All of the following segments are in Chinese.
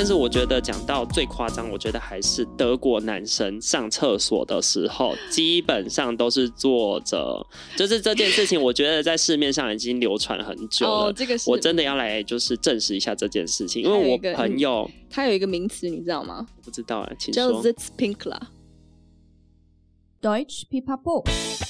但是我觉得讲到最夸张，我觉得还是德国男生上厕所的时候基本上都是坐着，就是这件事情我觉得在市面上已经流传很久了。 这个是我真的要来就是证实一下这件事情，因为我朋友他有一个名词你知道吗？ 不知道请叫说。 Sitzpinkler Deutsch Pipapo。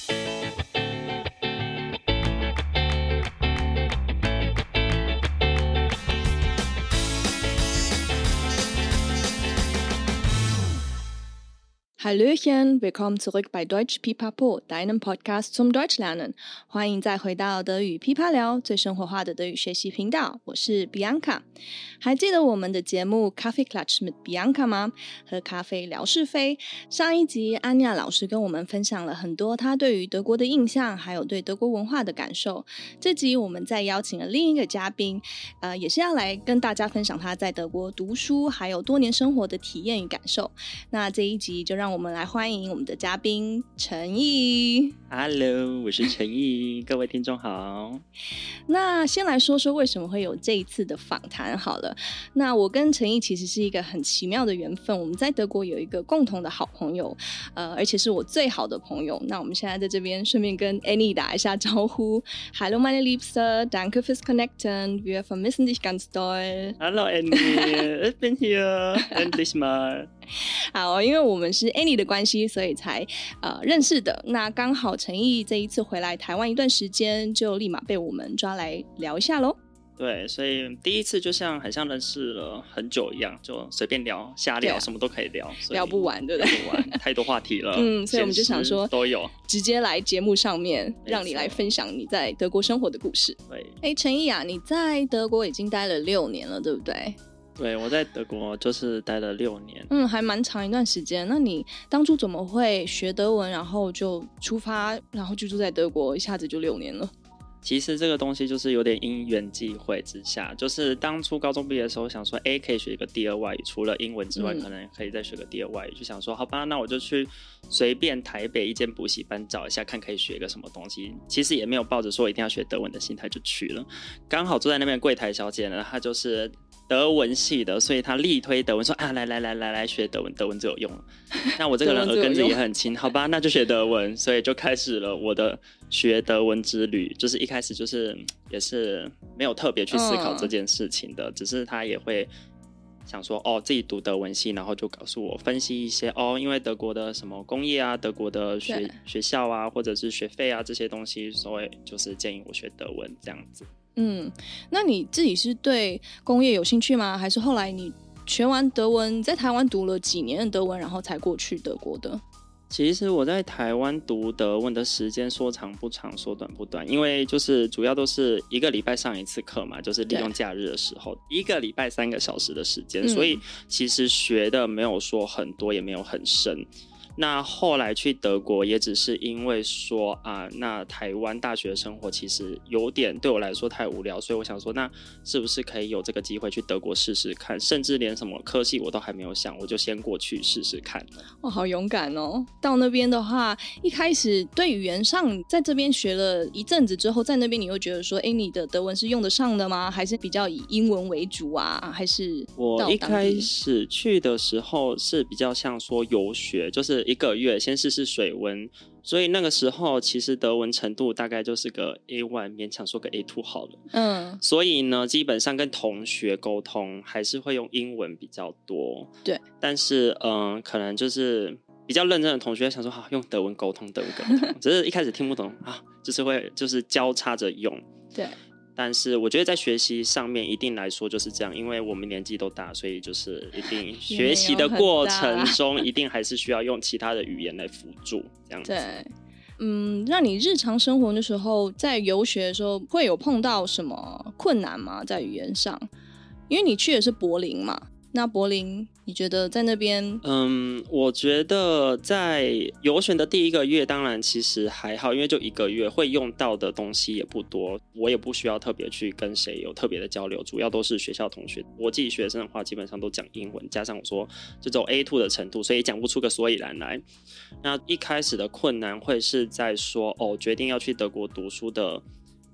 Hallöchen, willkommen zurück bei Deutsch Pipapo, deinem Podcast zum Deutschlernen. 欢迎再回到德语噼啪聊，最生活化的德语学习频道。我是 Bianca。还记得我们的节目 Kaffeeklatsch mit Bianca 吗？喝咖啡聊是非。上一集安妮亚老师跟我们分享了很多她对于德国的印象，还有对德国文化的感受。这集我们再邀请了另一个嘉宾，也是要来跟大家分享他在德国读书还有多年生活的体验与感受。那这一集就让我们来欢迎我们的嘉宾陈毅。 Hello， 我是陈毅，各位听众好。 那先来说说为什么会有这一次的访谈好了。那我跟陈毅其实是一个很奇妙的缘分，我们在德国有一个共同的好朋友，而且是我最好的朋友。那我们现在在这边顺便跟 Annie 打一下招呼。 Hallo meine Liebste, danke fürs Connecten, wir vermissen dich ganz doll. Hallo Annie, ich bin hier, endlich mal。 好，因为我们是 Annie 的关系，所以才认识的。那刚好陈毅这一次回来台湾一段时间，就立马被我们抓来聊一下咯。 对，所以第一次就像很像认识了很久一样，就随便聊瞎聊，什么都可以聊， 聊不完，对不对？ 聊不完，太多话题了。 所以我们就想说都有， 直接来节目上面让你来分享你在德国生活的故事。对，陈毅啊，你在德国已经待了6年了，对不对？ 对，我在德国就是待了6年， 还蛮长一段时间。那你当初怎么会学德文，然后就出发，然后居住在德国，一下子就6年了？ 其实这个东西就是有点因缘际会之下，就是当初高中毕业的时候想说可以学一个第二外语，除了英文之外可能可以再学个第二外语，就想说好吧，那我就去随便台北一间补习班找一下看可以学一个什么东西。其实也没有抱着说一定要学德文的心态就去了。刚好坐在那边柜台小姐呢，她就是德文系的，所以她力推德文，说来学德文，德文最有用了。那我这个人耳根子也很轻，好吧，那就学德文，所以就开始了我的学德文之旅。就是一开始就是也是没有特别去思考这件事情的，只是他也会想说自己读德文系，然后就告诉我分析一些因为德国的什么工业啊，德国的学校啊，或者是学费啊这些东西，所以就是建议我学德文这样子。 那你自己是对工业有兴趣吗？还是后来你学完德文在台湾读了几年的德文，然后才过去德国的？ 其实我在台湾读德文的时间说长不长说短不短，因为就是主要都是一个礼拜上一次课嘛，就是利用假日的时候一个礼拜3个小时的时间，所以其实学的没有说很多，也没有很深。那后来去德国也只是因为说那台湾大学生活其实有点对我来说太无聊，所以我想说那是不是可以有这个机会去德国试试看，甚至连什么科系我都还没有想，我就先过去试试看了。 好勇敢哦！到那边的话，一开始对语言上在这边学了一阵子之后，在那边你会觉得说你的德文是用得上的吗？还是比较以英文为主啊？还是我一开始去的时候是比较像说游学，就是1个月先试试水温，所以那个时候其实德文程度大概就是个 A1， 勉强说个 A2 好了。所以呢基本上跟同学沟通还是会用英文比较多。 对， 但是可能就是比较认真的同学想说好用德文沟通，只是一开始听不懂就是会就是交叉着用。 对， 但是我觉得在学习上面一定来说就是这样，因为我们年纪都大，所以就是一定学习的过程中一定还是需要用其他的语言来辅助这样子。 对，让你日常生活的时候在游学的时候会有碰到什么困难吗？在语言上，因为你去的是柏林嘛，那柏林你觉得在那边？ 我觉得在游学的第1个月当然其实还好，因为就1个月会用到的东西也不多，我也不需要特别去跟谁有特别的交流，主要都是学校同学。我自己学生的话基本上都讲英文，加上我说这种 A2 的程度，所以讲不出个所以然来。那一开始的困难会是在说决定要去德国读书的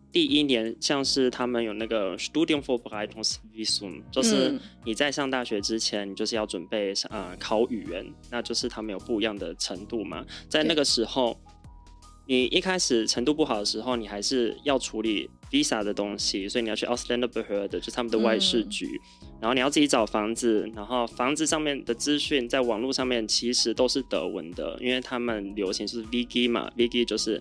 第一年像是他们有那个 Studienvorbereitungsvisum， 就是你在上大学之前你就是要准备考语言，那就是他们有不一样的程度嘛。在那个时候你一开始程度不好的时候，你还是要处理 visa 的东西，所以你要去 Ausländerbehörde， 就是他们的外事局，然后你要自己找房子，然后房子上面的资讯在网络上面其实都是德文的，因为他们流行就是 WG 嘛， WG 就是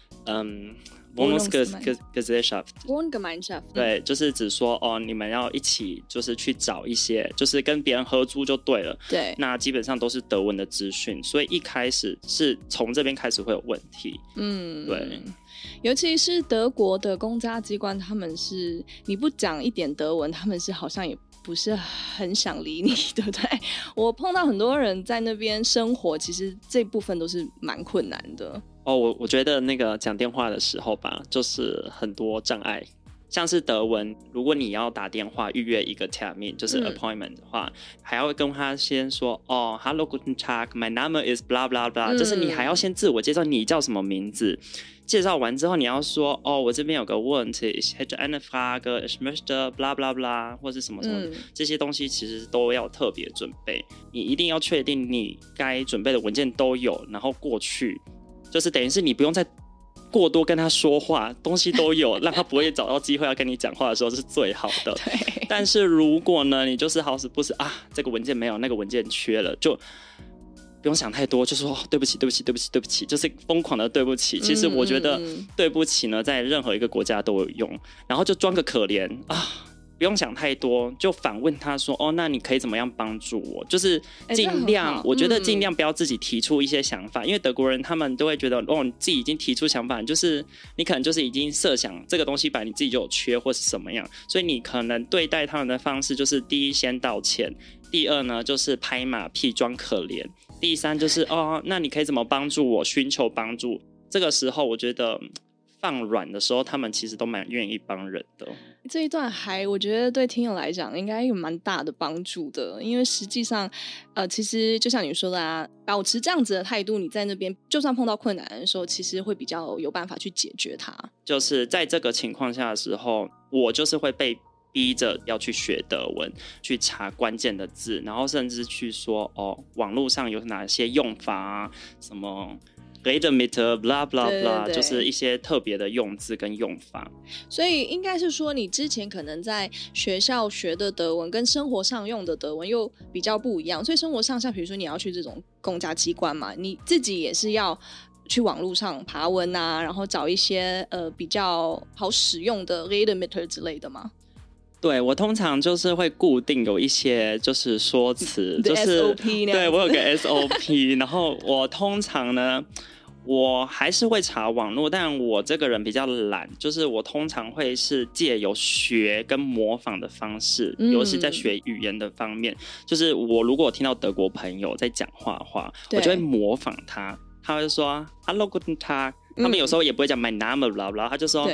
Wohngemeinschaft， 对，就是指说你们要一起就是去找一些，就是跟别人合租就对了。 对， 那基本上都是德文的资讯，所以一开始是从这边开始会有问题。对。 尤其是德国的公家机关，他们是你不讲一点德文，他们是好像也不是很想理你，对不对？我碰到很多人在那边生活，其实这部分都是蛮困难的。 我觉得那个讲电话的时候吧，就是很多障碍。像是德文，如果你要打电话预约一个 termin， 就是 appointment 的话，还要跟他先说Hallo guten Tag, mein Name ist bla bla bla，就是你还要先自我介绍，你叫什么名字。介绍完之后，你要说我这边有个问题 ich hätte eine Frage, ich möchte bla bla bla， 或是什么什么，这些东西其实都要特别准备。你一定要确定你该准备的文件都有，然后过去，就是等于是你不用再过多跟他说话，东西都有，让他不会找到机会要跟你讲话的时候是最好的。但是如果呢，你就是好死不死这个文件没有，那个文件缺了，就不用想太多，就说对不起对不起对不起对不起，就是疯狂的对不起。其实我觉得对不起呢，在任何一个国家都有用，然后就装个可怜不用想太多，就反问他说那你可以怎么样帮助我，就是尽量我觉得尽量不要自己提出一些想法，因为德国人他们都会觉得你自己已经提出想法，就是你可能就是已经设想这个东西本来你自己就有缺或是什么样，所以你可能对待他们的方式就是第一先道歉，第二呢就是拍马屁装可怜，第三就是那你可以怎么帮助我，寻求帮助。这个时候我觉得放软的时候，他们其实都蛮愿意帮人的。 这一段我觉得对听友来讲应该有蛮大的帮助的，因为实际上其实就像你说的保持这样子的态度，你在那边就算碰到困难的时候，其实会比较有办法去解决它。就是在这个情况下的时候，我就是会被逼着要去学德文，去查关键的字，然后甚至去说网络上有哪些用法什么Redemitte bla bla bla， 就是一些特别的用字跟用法。所以应该是说你之前可能在学校学的德文跟生活上用的德文又比较不一样，所以生活上像比如说你要去这种公家机关嘛，你自己也是要去网络上爬文然后找一些比较好使用的 Redemitte 之类的吗？对，我通常就是会固定有一些就是说辞，就是 SOP 对，我有个 SOP 然后我通常呢我还是会查网络，但我这个人比较懒，就是我通常会是借由学跟模仿的方式，尤其在学语言的方面，就是我如果听到德国朋友在讲话的话，我就会模仿他会说 Hallo guten Tag， 他们有时候也不会讲 mein Name bla bla， 他就说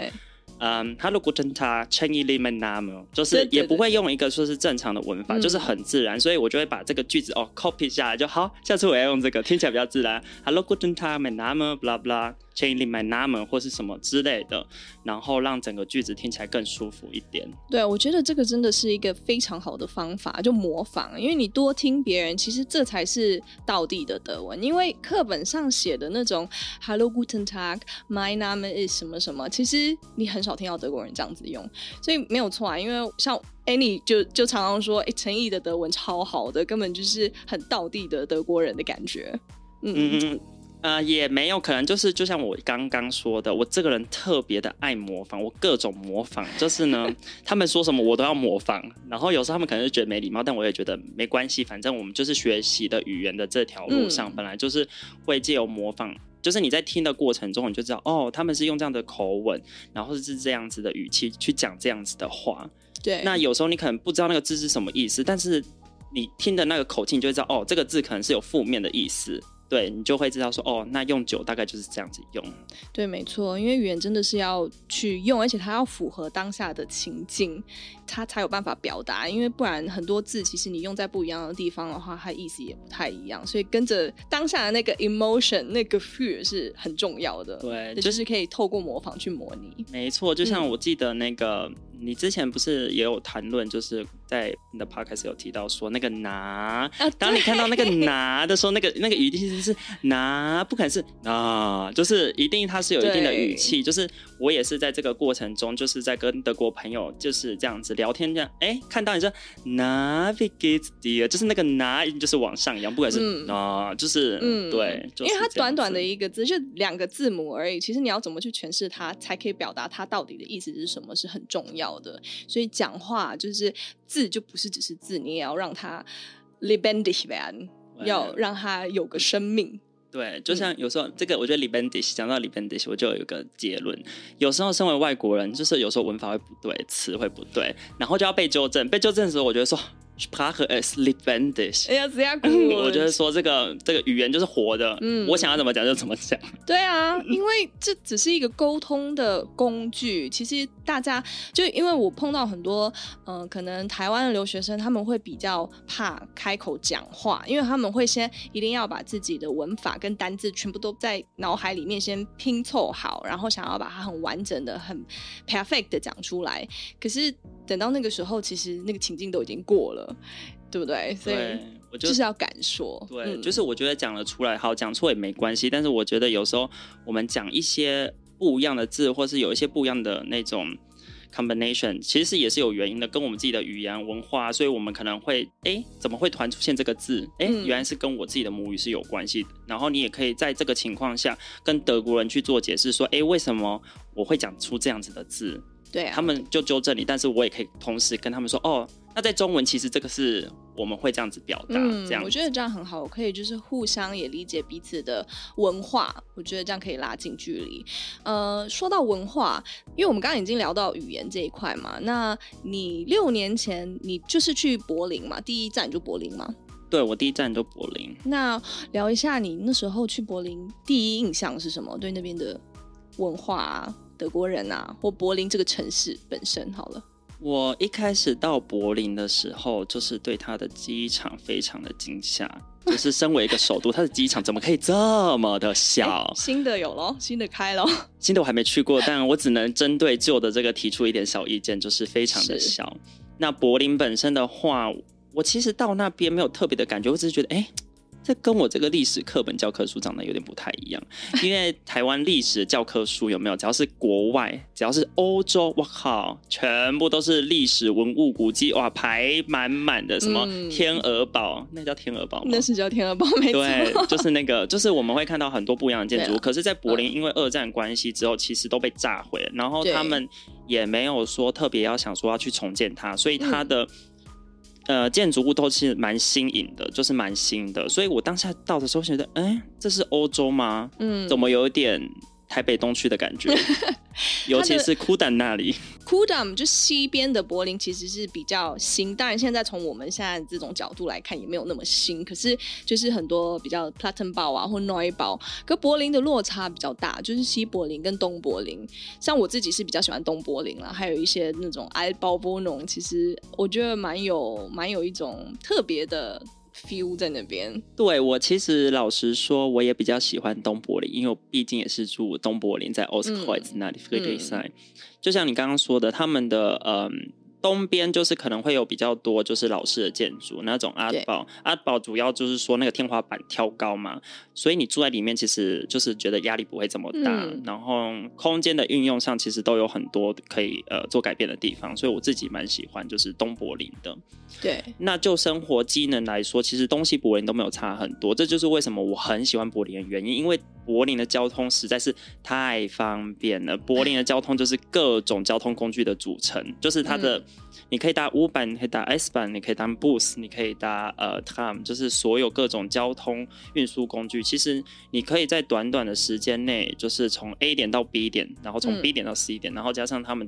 Hallo guten Tag, Cheng Li mein Name， 就是也不会用一个说是正常的文法，就是很自然，所以我就会把这个句子copy 下来就好，下次我要用这个，听起来比较自然。Hallo guten Tag, mein Name bla bla, Cheng Li mein Name 或是什么之类的，然后让整个句子听起来更舒服一点。对，我觉得这个真的是一个非常好的方法，就模仿，因为你多听别人，其实这才是道地的德文。因为课本上写的那种 Hallo guten Tag, mein Name is 什么什么，其实你很少听到德国人这样子用，所以没有错因为像 Annie 就常常说陈毅的德文超好的，根本就是很道地的德国人的感觉。也没有，可能就是就像我刚刚说的，我这个人特别的爱模仿，我各种模仿，就是呢他们说什么我都要模仿，然后有时候他们可能就觉得没礼貌，但我也觉得没关系，反正我们就是学习的语言的这条路上本来就是会借由模仿，就是你在听的过程中你就知道他们是用这样的口吻，然后是这样子的语气去讲这样子的话。对，那有时候你可能不知道那个字是什么意思，但是你听的那个口气你就会知道这个字可能是有负面的意思。 对，你就会知道说哦，那用久大概就是这样子用。 对，没错，因为语言真的是要去用，而且它要符合当下的情境，它才有办法表达。因为不然很多字其实你用在不一样的地方的话，它意思也不太一样。所以跟着当下的那个 emotion 那个 feel 是很重要的。 对， 就是可以透过模仿去模拟。 没错，就像我记得那个。你之前不是也有谈论，就是在你的 podcast 有提到说那个拿，当你看到那个拿的时候，那个语气是拿，不可能是拿，就是一定它是有一定的语气。就是我也是在这个过程中，就是在跟德国朋友就是这样子聊天，这样看到你说 navigate dir， 就是那个拿就是往上扬，不管是拿，就是对，就是、 因为它短短的一个字，就2个字母而已，其实你要怎么去诠释它，才可以表达它到底的意思是什么，是很重要的。所以讲话就是字就不是只是字，你也要让它 lebendig werden， 要让它有个生命。 对，就像有时候这个我觉得 lebendig， 讲到 lebendig 我就有一个结论，有时候身为外国人，就是有时候文法会不对，词会不对，然后就要被纠正的时候我觉得说Sprache ist lebendig， 我觉得说这个语言就是活的，我想要怎么讲就怎么讲。 对啊，因为这只是一个沟通的工具。其实大家就因为我碰到很多可能台湾的留学生，他们会比较怕开口讲话，因为他们会先一定要把自己的文法跟单字全部都在脑海里面先拼凑好，然后想要把它很完整的很 perfect 的讲出来。可是等到那个时候，其实那个情境都已经过了，对不对？所以就是要敢说。 对，就是我觉得讲了出来，好，讲错也没关系。但是我觉得有时候我们讲一些不一样的字，或是有一些不一样的那种 combination， 其实也是有原因的，跟我们自己的语言文化，所以我们可能会怎么会突然出现这个字？原来是跟我自己的母语是有关系的。然后你也可以在这个情况下跟德国人去做解释，说为什么我会讲出这样子的字？ 对啊， 他们就纠正你，但是我也可以同时跟他们说，哦，那在中文其实这个是我们会这样子表达，这样我觉得这样很好，我可以就是互相也理解彼此的文化，我觉得这样可以拉近距离。说到文化，因为我们刚刚已经聊到语言这一块嘛，那你6年前你就是去柏林嘛，第一站就柏林吗？ 对，我第一站就柏林。 那聊一下你那时候去柏林第一印象是什么？对那边的文化啊，德国人啊，或柏林这个城市本身好了。 我一开始到柏林的时候，就是对它的机场非常的惊吓，就是身为一个首都，它的机场怎么可以这么的小？ 新的有咯，新的开咯。 新的我还没去过，但我只能针对旧的这个提出一点小意见，就是非常的小。那柏林本身的话，我其实到那边没有特别的感觉，我只是觉得这跟我这个历史课本教科书长得有点不太一样，因为台湾历史的教科书有没有？只要是国外，只要是欧洲，我靠，全部都是历史文物古迹，哇，排满满的，什么天鹅堡，那叫天鹅堡吗？ 那是叫天鹅堡，没错。 对，就是那个，就是我们会看到很多不一样的建筑物，可是，在柏林因为2战关系之后，其实都被炸毁了，然后他们也没有说特别要想说要去重建它，所以它的。建筑物都是蛮新颖的，就是蛮新的，所以我当下到的时候觉得，这是欧洲吗？怎么有一点台北东区的感觉？尤其是库丹那里。 库丹就西边的柏林其实是比较新，当然现在从我们现在这种角度来看也没有那么新，可是就是很多比较 Plattenbau 啊或 Neubau， 可柏林的落差比较大，就是西柏林跟东柏林。像我自己是比较喜欢东柏林啦，还有一些那种 Altbauwohnung， 其实我觉得蛮有一种特别的feel 在那边。 对，我其实老实说我也比较喜欢东柏林，因为我毕竟也是住东柏林，在 Ostkreuz 那里 Friedrichshain，就像你刚刚说的，他们的东边就是可能会有比较多就是老式的建筑，那种 Altbau 主要就是说那个天花板挑高嘛，所以你住在里面其实就是觉得压力不会这么大，然后空间的运用上其实都有很多可以做改变的地方，所以我自己蛮喜欢就是东柏林的。 对， 那就生活机能来说，其实东西柏林都没有差很多，这就是为什么我很喜欢柏林的原因，因为柏林的交通实在是太方便了。柏林的交通就是各种交通工具的组成，就是它的你可以搭 U-Bahn， 你可以搭 S-Bahn， 你可以搭 Bus， 你可以搭Tram， 就是所有各种交通运输工具，其实你可以在短短的时间内，就是从 A 点到 B 点，然后从 B 点到 C 点，然后加上他们的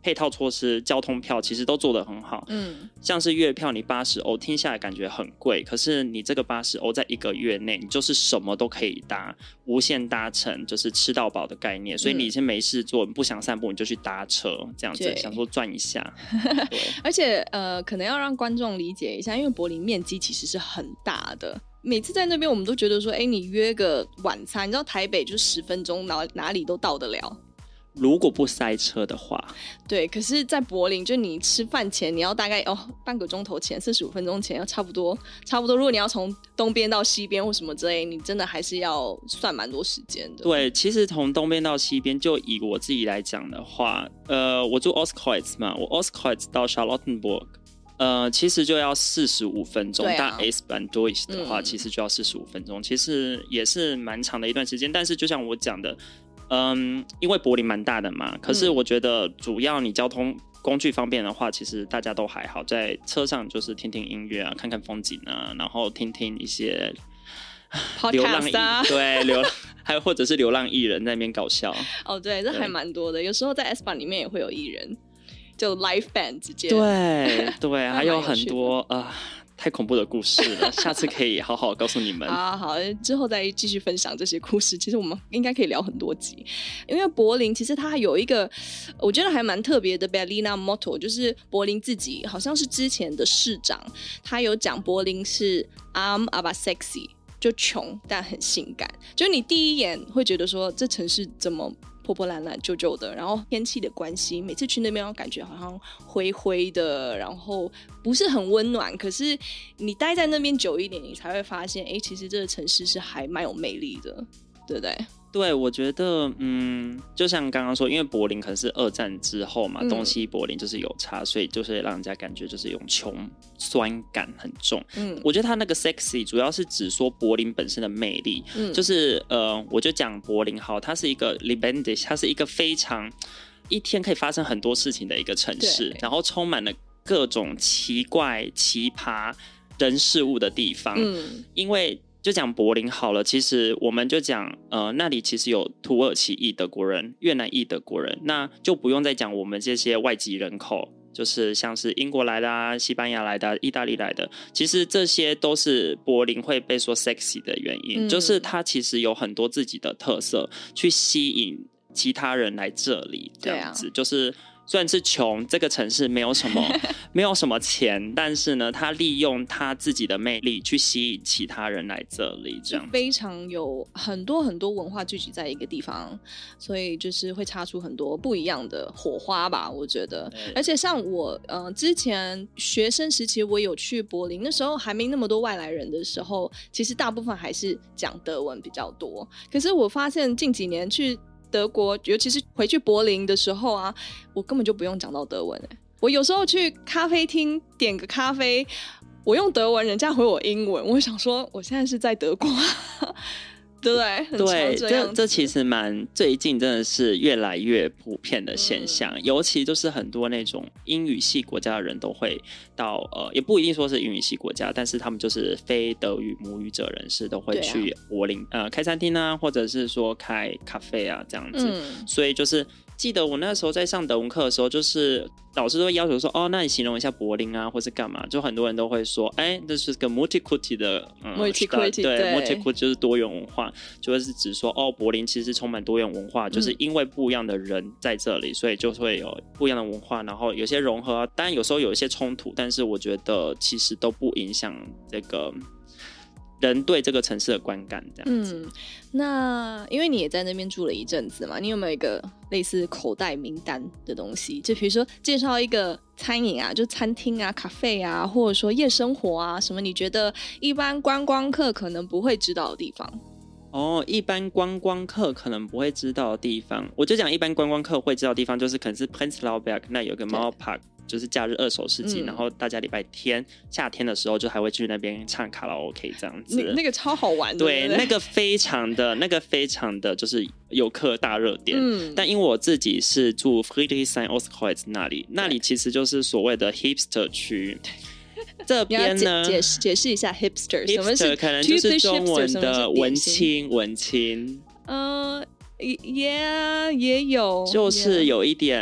配套措施、交通票其实都做得很好。像是月票你80欧听下来感觉很贵，可是你这个80欧在1个月内你就是什么都可以搭，无限搭乘，就是吃到饱的概念。所以你以前没事做，你不想散步你就去搭车，这样子想说赚一下。对， 而且可能要让观众理解一下，因为柏林面积其实是很大的。每次在那边我们都觉得说你约个晚餐，你知道台北就10分钟哪里都到得了， 如果不塞车的话。 对，可是在柏林就你吃饭前你要大概半个钟头前45分钟前要差不多，如果你要从东边到西边或什么之类，你真的还是要算蛮多时间的。 对，其实从东边到西边，就以我自己来讲的话，我住 Ostkreuz 嘛，我 Ostkreuz 到 Charlottenburg其实就要45分钟，但 S-Bahn Deutsch 的话其实就要45分钟，其实也是蛮长的一段时间。但是就像我讲的因为柏林蛮大的嘛，可是我觉得主要你交通工具方便的话，其实大家都还好，在车上就是听听音乐啊，看看风景啊，然后听听一些流浪艺对还有或者是流浪艺人在那边搞笑。 对，这还蛮多的，有时候在 S-Bahn 里面也会有艺人，就 live band 直接。 对还有很多太恐怖的故事了，下次可以好好告诉你们。 好，之后再继续分享这些故事。其实我们应该可以聊很多集，因为柏林其实它有一个我觉得还蛮特别的 Berliner Motto， 就是柏林自己好像是之前的市长，他有讲柏林是 arm aber sexy， 就穷但很性感。就你第一眼会觉得说这城市怎么破破烂烂旧旧的，然后天气的关系，每次去那边感觉好像灰灰的，然后不是很温暖。可是你待在那边久一点，你才会发现其实这个城市是还蛮有魅力的，对不对？ 对，我觉得就像刚刚说，因为柏林可能是2战之后嘛，东西柏林就是有差，所以就是让人家感觉就是有穷酸感很重。我觉得他那个 sexy 主要是指说柏林本身的魅力，就是我就讲柏林好，它是一个 lebendig， 它是一个非常一天可以发生很多事情的一个城市，然后充满了各种奇怪奇葩人事物的地方。因为就讲柏林好了，其实我们就讲那里其实有土耳其裔德国人、越南裔德国人，那就不用再讲我们这些外籍人口，就是像是英国来的啊、西班牙来的、意大利来的，其实这些都是柏林会被说 sexy 的原因，就是它其实有很多自己的特色去吸引其他人来这里，这样子。就是虽然是穷，这个城市没有什么钱，但是呢，他利用他自己的魅力去吸引其他人来这里，这样非常有很多很多文化聚集在一个地方，所以就是会擦出很多不一样的火花吧，我觉得。而且像我之前学生时期，我有去柏林，那时候还没那么多外来人的时候，其实大部分还是讲德文比较多。可是我发现近几年去德国，尤其是回去柏林的时候啊，我根本就不用讲到德文我有时候去咖啡厅点个咖啡，我用德文，人家回我英文，我想说我现在是在德国对不对？ 对，这其实最近真的是越来越普遍的现象，尤其就是很多那种英语系国家的人都会到也不一定说是英语系国家，但是他们就是非德语母语者人士都会去柏林开餐厅啊，或者是说开咖啡啊这样子。所以就是记得我那时候在上德文课的时候，就是老师都会要求说那你形容一下柏林啊，或是干嘛，就很多人都会说这是个 multiculti 的 multiculti 对 multiculti 就是多元文化，就是指说柏林其实充满多元文化，就是因为不一样的人在这里，所以就会有不一样的文化，然后有些融合当然有时候有一些冲突，但是我觉得其实都不影响这个人对这个城市的观感这样子。 那因为你也在那边住了一阵子嘛，你有没有一个类似口袋名单的东西？就比如说介绍一个餐饮啊，就餐厅啊、咖啡啊，或者说夜生活啊，什么你觉得一般观光客可能不会知道的地方？ 一般观光客可能不会知道的地方，我就讲一般观光客会知道的地方，就是可能是 Prenzlauer Berg 那有个 Mauerpark，就是假日二手市集，然后大家礼拜天夏天的时候就还会去那边唱卡拉 OK 这样子， 那个超好玩的。 对，那个非常的就是游客大热点。但因为我自己是住 Friedrichshain Ostkreuz 那里其实就是所谓的 hipster 区。这边呢， 解释一下 hipster， 什么是可能就是中文的文青。 也有， 就是有一点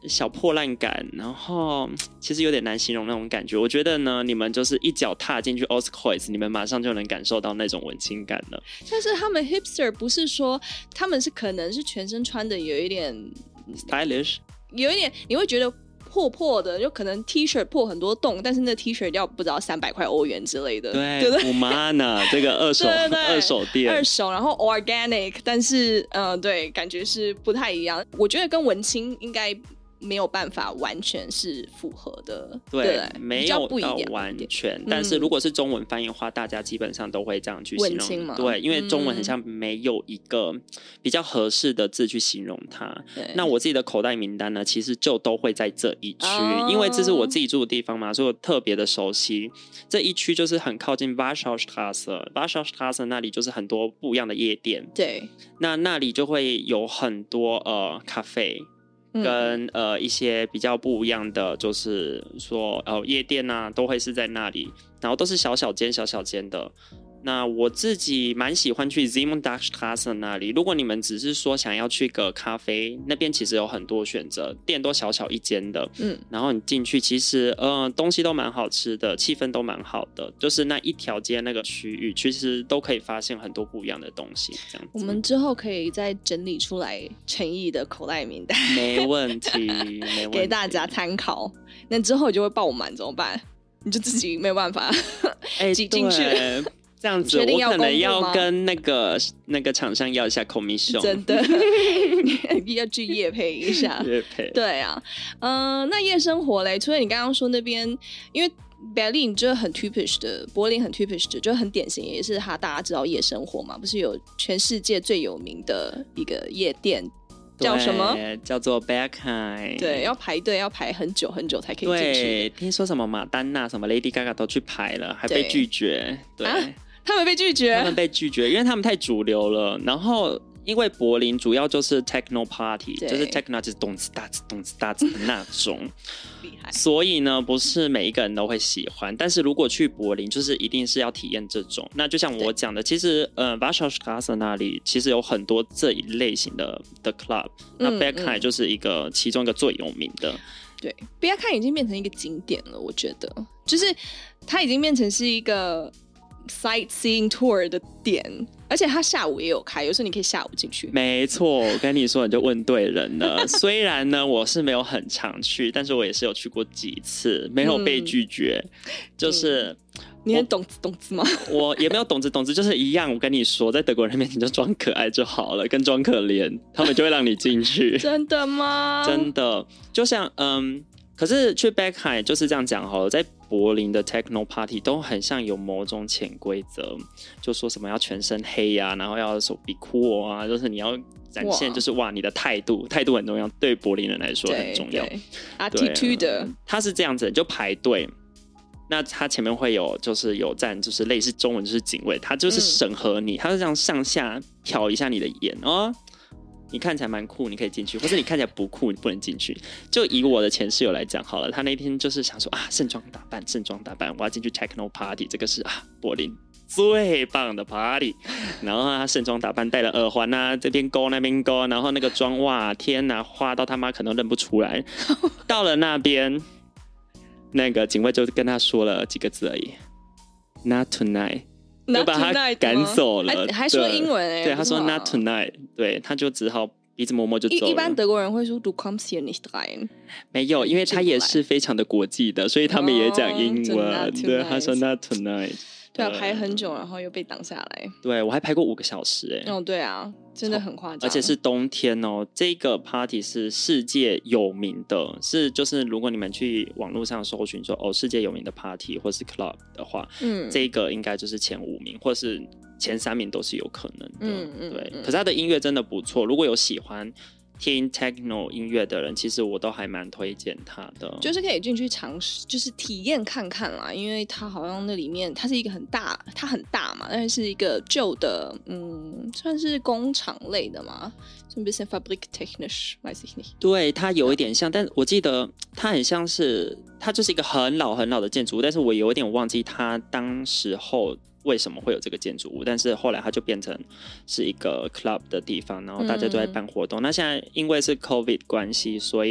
小破烂感，然后其实有点难形容那种感觉。我觉得呢，你们就是一脚踏进去 Ostkreuz， 你们马上就能感受到那种文青感了。 但是他们 hipster 不是说他们是可能是全身穿的有一点 stylish， 有一点你会觉得破破的，就可能 T 恤破很多洞，但是那 T 恤要不知道300块欧元之类的，对不对 ？Umana 这个二手店， 二手，然后 organic， 但是对，感觉是不太一样。我觉得跟文青应该没有办法完全是符合的，对， 没有到完全。但是如果是中文翻译的话，大家基本上都会这样去形容， 文青嘛， 对，因为中文很像没有一个比较合适的字去形容它。那我自己的口袋名单呢，其实就都会在这一区，因为这是我自己住的地方嘛，所以我特别的熟悉这一区，就是很靠近 Warschaustraße 那里就是很多不一样的夜店， 对， 那里就会有很多咖啡。跟一些比较不一样的，就是说夜店啊，都会是在那里，然后都是小小间的。那我自己蛮喜欢去 Simondachstraße 那里。如果你们只是说想要去个咖啡，那边其实有很多选择，店都小小一间的，然后你进去，其实东西都蛮好吃的，气氛都蛮好的，就是那一条街那个区域，其实都可以发现很多不一样的东西。这样子， 我们之后可以再整理出来诚意的口袋名单， 没问题， 给大家参考。那之后就会爆满怎么办？你就自己没有办法挤进去。 这样子，我可能要跟那个厂商要一下 commission， 真的要去业配一下。 业配， 对啊，那夜生活嘞，除了你刚刚说那边，因为 Berlin 就很 typish 的，柏林很 typish 的，就很典型，也是大家知道夜生活嘛，不是有全世界最有名的一个夜店。叫什么？ 叫做 Berghain。 对，要排队，要排很久很久才可以进去。 对，听说什么马丹娜、什么 Lady Gaga 都去排了，还被拒绝。对。 他们被拒绝， 因为他们太主流了。然后，因为柏林主要就是 techno party， 就是 techno 就是咚子大子的那种， 厉害。 所以呢，不是每一个人都会喜欢。但是如果去柏林，就是一定是要体验这种。那就像我讲的，其实Warschaustraße 那里其实有很多这一类型的 club，那 Berghain 就是其中一个最有名的。 对 ，Berghain 已经变成一个景点了，我觉得，就是它已经变成是一个sightseeing tour 的点，而且它下午也有开，有时候你可以下午进去。 没错，我跟你说，你就问对人了。虽然呢，我是没有很常去，但是我也是有去过几次，没有被拒绝。就是你很懂子吗？ 我也没有懂子，就是一样。我跟你说，在德国人面前就装可爱就好了，跟装可怜，他们就会让你进去。 真的吗？ 真的，就像可是去 Berghain 就是这样讲好了，在柏林的 techno party 都很像有某种潜规则，就说什么要全身黑啊，然后要手比酷啊，就是你要展现就是哇你的态度很重要，对柏林人来说很重要。 attitude， 他是这样子，就排队。那他前面会有就是有站，就是类似中文就是警卫，他就是审核你，他是这样上下瞟一下你的眼哦。你看起来蛮酷，你可以进去；或者你看起来不酷，你不能进去。就以我的前室友来讲好了，他那天就是想说啊，盛装打扮，我要进去 techno party， 这个是柏林最棒的 party。然后他盛装打扮，戴了耳环啊，这边勾那边勾，然后那个妆哇，天哪，花到他妈可能认不出来。到了那边，那个警卫就跟他说了几个字而已 ，Not tonight。就把他赶走了， 还说英文对，他说 Not tonight， 对，他就只好鼻子摸摸就走了。 一般德国人会说 Du kommst hier nicht rein， 没有，因为他也是非常的国际的，所以他们也讲英文。对，他说 Not tonight。 对啊，排很久，然后又被挡下来。 对，我还排过5个小时哦，对啊，真的很夸张， 而且是冬天哦。这个 party 是世界有名的，就是如果你们去网络上搜寻说世界有名的 party 或是 club 的话，这个应该就是前5名，或是前3名都是有可能的。对，可是他的音乐真的不错，如果有喜欢听 techno 音乐的人，其实我都还蛮推荐他的， 就是可以进去尝试，就是体验看看啦。因为它好像那里面它是一个它很大嘛，但是是一个旧的，算是工厂类的嘛，so ein bisschen Fabriktechnisch， weiß ich nicht。 对，它有一点像，但我记得它很像是，它就是一个很老的建筑物，但是我有一点忘记它当时候为什么会有这个建筑物，但是后来它就变成是一个 club 的地方，然后大家都在办活动。那现在因为是 COVID 关系，所以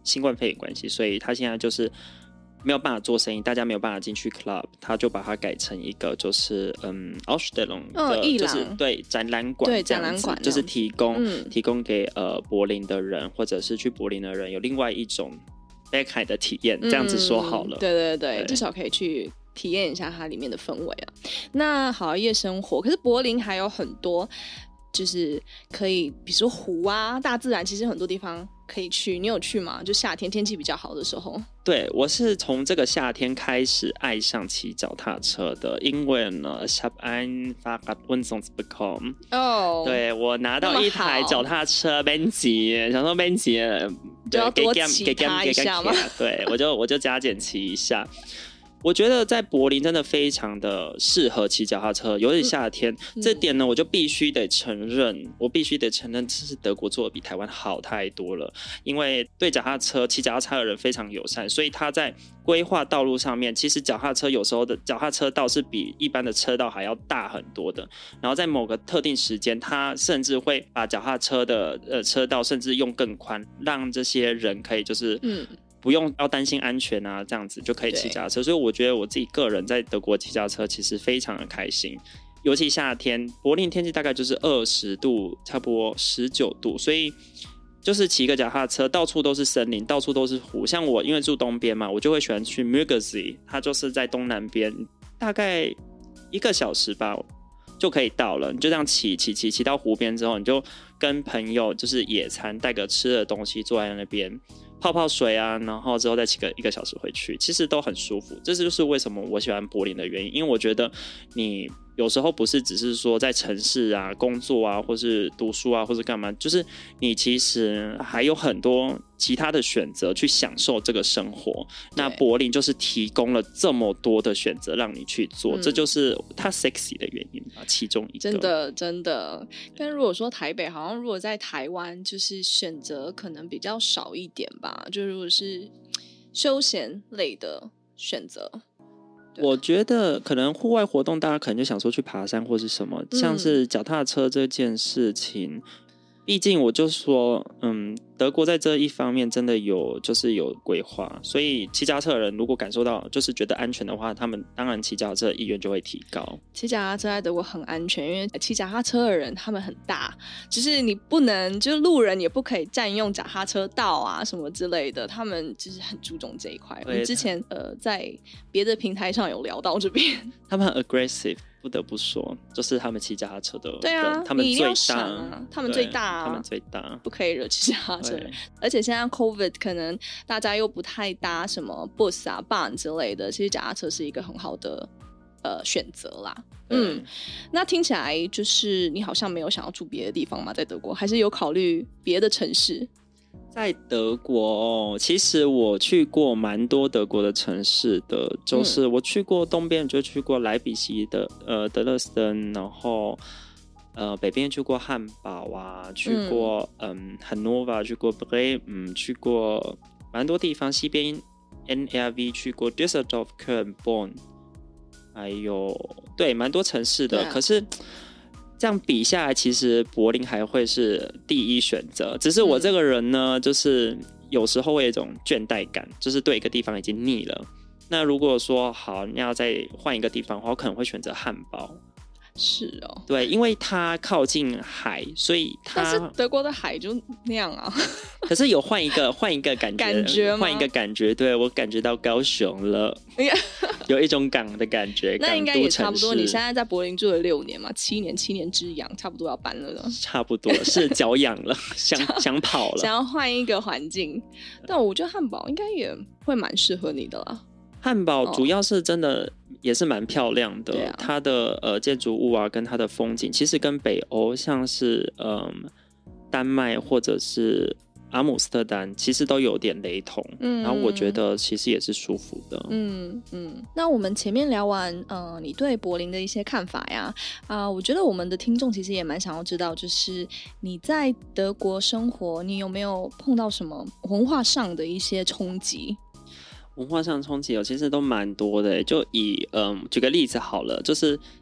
新冠肺炎关系，所以他现在就是没有办法做生意，大家没有办法进去 club， 他就把它改成一个就是Ausstellung 的，就是对展览馆， 对展览馆， 就是提供给柏林的人或者是去柏林的人有另外一种北海的体验，这样子说好了。 对，至少可以去体验一下它里面的氛围啊。那好，夜生活，可是柏林还有很多就是可以，比如说湖啊，大自然，其实很多地方可以去。你有去吗？就夏天天气比较好的时候。 对，我是从这个夏天开始爱上骑脚踏车的，因为呢 ich habe ein Fahrradunterricht bekommen。对，我拿到一台脚踏车编辑，想说编辑就要多骑它一下吗？ 对，我就加减骑一下。我觉得在柏林真的非常的适合骑脚踏车，尤其夏天。这点呢，我就必须得承认，这是德国做的比台湾好太多了。因为对骑脚踏车的人非常友善，所以他在规划道路上面，其实脚踏车有时候的脚踏车道是比一般的车道还要大很多的。然后在某个特定时间，他甚至会把脚踏车的车道甚至用更宽，让这些人可以就是不用要担心安全啊，这样子就可以骑脚踏车。所以我觉得我自己个人在德国骑脚踏车其实非常的开心，尤其夏天，柏林天气大概就是20度，差不多19度，所以就是骑个脚踏车，到处都是森林，到处都是湖。像我因为住东边嘛，我就会喜欢去 Müggelsee， 它就是在东南边，大概1个小时吧就可以到了。你就这样骑到湖边之后，你就跟朋友就是野餐，带个吃的东西，坐在那边泡泡水啊，然后之后再骑个1个小时回去，其实都很舒服。这就是为什么我喜欢柏林的原因，因为我觉得你有时候不是只是说在城市啊工作啊，或是读书啊，或是干嘛，就是你其实还有很多其他的选择去享受这个生活。那柏林就是提供了这么多的选择让你去做，这就是它 sexy 的原因吧，其中一个。 真的。但如果说台北，好像如果在台湾，就是选择可能比较少一点吧，就如果是休闲类的选择。 我觉得可能户外活动大家可能就想说去爬山或是什么，像是脚踏车这件事情，毕竟我就说德国在这一方面真的就是有规划，所以骑脚踏车的人如果感受到就是觉得安全的话，他们当然骑脚踏车的意愿就会提高。 骑脚踏车在德国很安全，因为骑脚踏车的人他们很大，就是你不能就路人也不可以占用脚踏车道啊什么之类的，他们就是很注重这一块。我们之前在别的平台上有聊到这边， 他们很 aggressive， 不得不说，就是他们骑脚踏车的人， 对啊， 他们最大啊，他们最大啊， 他们最大， 不可以惹骑脚踏车。而且现在 COVID 可能大家又不太搭什么 bus 啊 ban 之类的，其实脚踏车是一个很好的选择啦。那听起来就是你好像没有想要住别的地方嘛，在德国还是有考虑别的城市？ 在德国其实我去过蛮多德国的城市的，就是我去过东边就去过莱比锡的德勒斯登，然后北边去过汉堡啊，去过Hannover， 去过 Bremen， 去过蛮多地方，西边 NRV 去过 Düsseldorf、Köln、Bonn， 还有对蛮多城市的，可是这样比下来，其实柏林还会是第一选择。只是我这个人呢，就是有时候会有一种倦怠感，就是对一个地方已经腻了。那如果说好，你要再换一个地方的话，我可能会选择汉堡。 是哦， 对，因为它靠近海，所以它。 但是德国的海就那样啊。 可是有换一个感觉，换一个感觉，对，我感觉到高雄了，有一种港的感觉。 那应该也差不多。你现在在柏林住了6年嘛，7年之痒，差不多要搬了的。 差不多是脚痒了，想跑了， 想要换一个环境。但我觉得汉堡应该也会蛮适合你的啦。 汉堡主要是真的也是蛮漂亮的，它的建筑物啊，跟它的风景，其实跟北欧像是丹麦或者是阿姆斯特丹，其实都有点雷同。然后我觉得其实也是舒服的。 那我们前面聊完你对柏林的一些看法呀，我觉得我们的听众其实也蛮想要知道，就是你在德国生活，你有没有碰到什么文化上的一些冲击？ 文化上冲击其实都蛮多的，就以举个例子好了，就是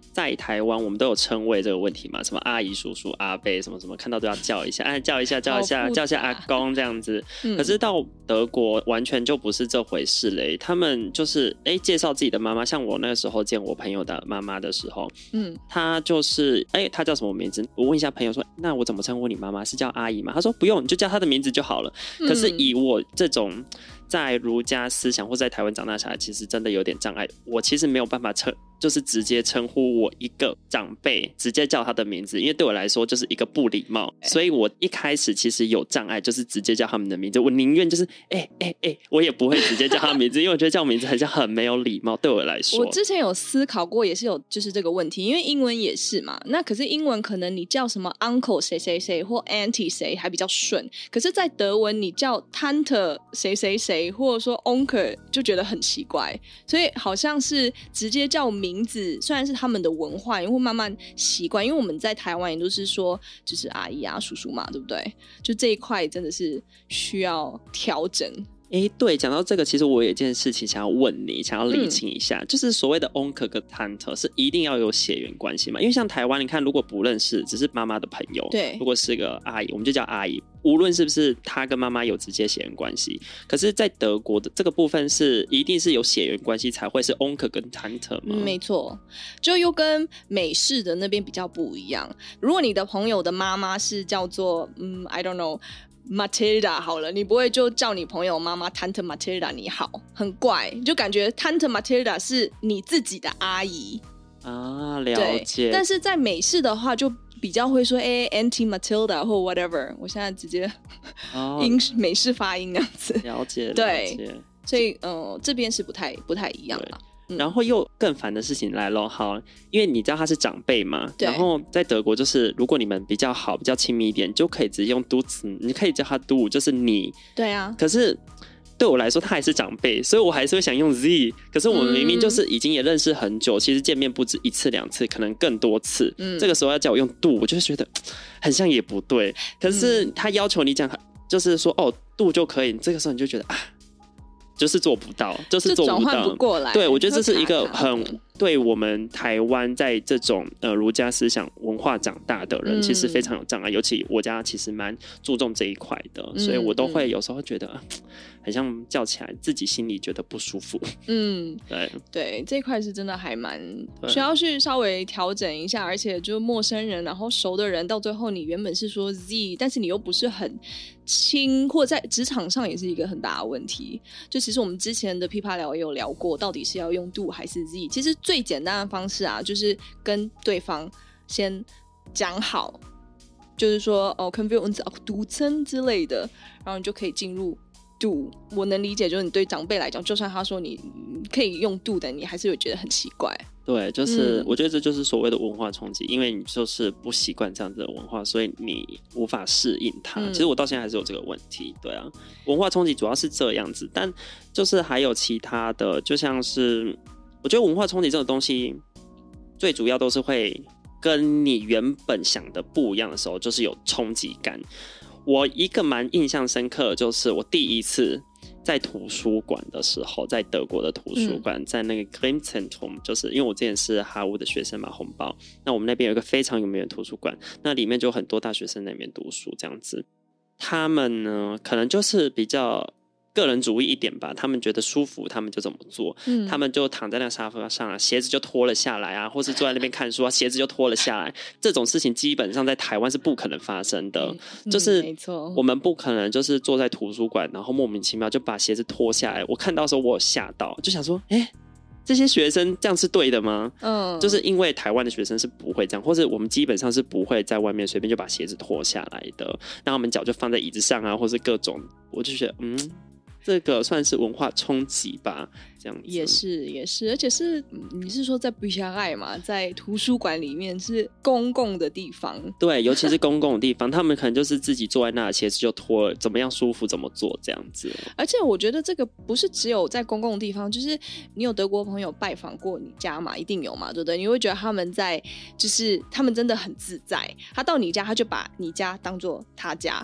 在台湾我们都有称谓这个问题嘛，什么阿姨叔叔阿伯什么什么，看到都要叫一下，叫一下叫一下叫一下阿公这样子。可是到德国完全就不是这回事嘞，他们就是介绍自己的妈妈，像我那个时候见我朋友的妈妈的时候，他就是他叫什么名字？我问一下朋友说，那我怎么称呼你妈妈？是叫阿姨吗？他说不用，你就叫她的名字就好了。可是以我这种在儒家思想或在台湾长大下来，其实真的有点障碍。我其实没有办法就是直接称呼我一个长辈，直接叫他的名字，因为对我来说就是一个不礼貌。所以我一开始其实有障碍，就是直接叫他们的名字。我宁愿就是我也不会直接叫他的名字，因为我觉得叫名字好像很没有礼貌，对我来说。 我之前有思考过，也是有就是这个问题，因为英文也是嘛。那可是英文可能你叫什么 uncle 谁谁谁或 auntie 谁还比较顺，可是在德文你叫 tante 谁谁谁或者说 onkel 就觉得很奇怪，所以好像是直接叫名字，虽然是他们的文化，也会慢慢习惯。因为我们在台湾也都是说就是阿姨啊叔叔嘛，对不对？就这一块真的是需要调整。 对，讲到这个，其实我有一件事情想要问你，想要理清一下，就是所谓的 onkel 跟 tante 是一定要有血缘关系吗？因为像台湾，你看，如果不认识，只是妈妈的朋友， 对， 如果是个阿姨，我们就叫阿姨，无论是不是她跟妈妈有直接血缘关系。可是，在德国的这个部分是一定是有血缘关系才会是 onkel 跟 tante 吗？ 没错，就又跟美式的那边比较不一样。如果你的朋友的妈妈是叫做I don't know。Matilda 好了，你不会就叫你朋友妈妈 Tante Matilda 你好，很怪，就感觉 Tante Matilda 是你自己的阿姨啊，了解。 但是在美式的话，就比较会说Auntie Matilda 或 whatever。我现在直接美式发音那样子， 了解。 对，所以这边是不太一样啦。 然后又更烦的事情来了，好，因为你知道他是长辈嘛，然后在德国就是如果你们比较好比较亲密一点，就可以直接用 du 词，你可以叫他 du， 就是你。 对啊。 可是对我来说他还是长辈，所以我还是会想用 Z。可是我们明明就是已经也认识很久，其实见面不止一次两次，可能更多次。这个时候要叫我用 du， 我就觉得很像也不对。可是他要求你讲，就是说du 就可以，这个时候你就觉得就是做不到，就是做不到， 转换不过来。 对，我觉得这是一个很对我们台湾在这种儒家思想文化长大的人，其实非常有障碍。尤其我家其实蛮注重这一块的，所以我都会有时候觉得很像叫起来，自己心里觉得不舒服。 对，这一块是真的还蛮需要去稍微调整一下，而且就陌生人，然后熟的人，到最后你原本是说 Z， 但是你又不是很亲，或在职场上也是一个很大的问题。就其实我们之前的噼啪聊也有聊过，到底是要用 do 还是 Z。其实最简单的方式啊，就是跟对方先讲好，就是说können wir uns auch duzen之类的，然后你就可以进入 do。 我能理解，就是你对长辈来讲，就算他说你可以用 do 的，你还是会觉得很奇怪。 对，就是我觉得这就是所谓的文化冲击，因为你就是不习惯这样子的文化，所以你无法适应它。其实我到现在还是有这个问题。对啊，文化冲击主要是这样子，但就是还有其他的，就像是我觉得文化冲击这种东西，最主要都是会跟你原本想的不一样的时候，就是有冲击感。我一个蛮印象深刻的就是我第一次在图书馆的时候，在德国的图书馆，在那个 Grimmzentrum， 就是因为我之前是哈乌的学生嘛，红包，那我们那边有一个非常有名的图书馆，那里面就有很多大学生在那边读书这样子。他们呢可能就是比较个人主义一点吧，他们觉得舒服他们就怎么做，他们就躺在那个沙发上鞋子就脱了下来啊，或是坐在那边看书啊，鞋子就脱了下来。这种事情基本上在台湾是不可能发生的，就是我们不可能就是坐在图书馆然后莫名其妙就把鞋子脱下来。我看到的时候我有吓到，就想说这些学生这样是对的吗？就是因为台湾的学生是不会这样，或者我们基本上是不会在外面随便就把鞋子脱下来的，然后我们脚就放在椅子上啊，或是各种，我就觉得这个算是文化冲击吧，这样子。 也是，而且是你是说在Bücherei嘛，在图书馆里面是公共的地方， 对，尤其是公共的地方，他们可能就是自己坐在那，鞋子就脱了，怎么样舒服怎么做这样子。 而且我觉得这个不是只有在公共的地方，就是你有德国朋友拜访过你家嘛，一定有嘛，对不对？你会觉得他们在，就是他们真的很自在，他到你家他就把你家当作他家。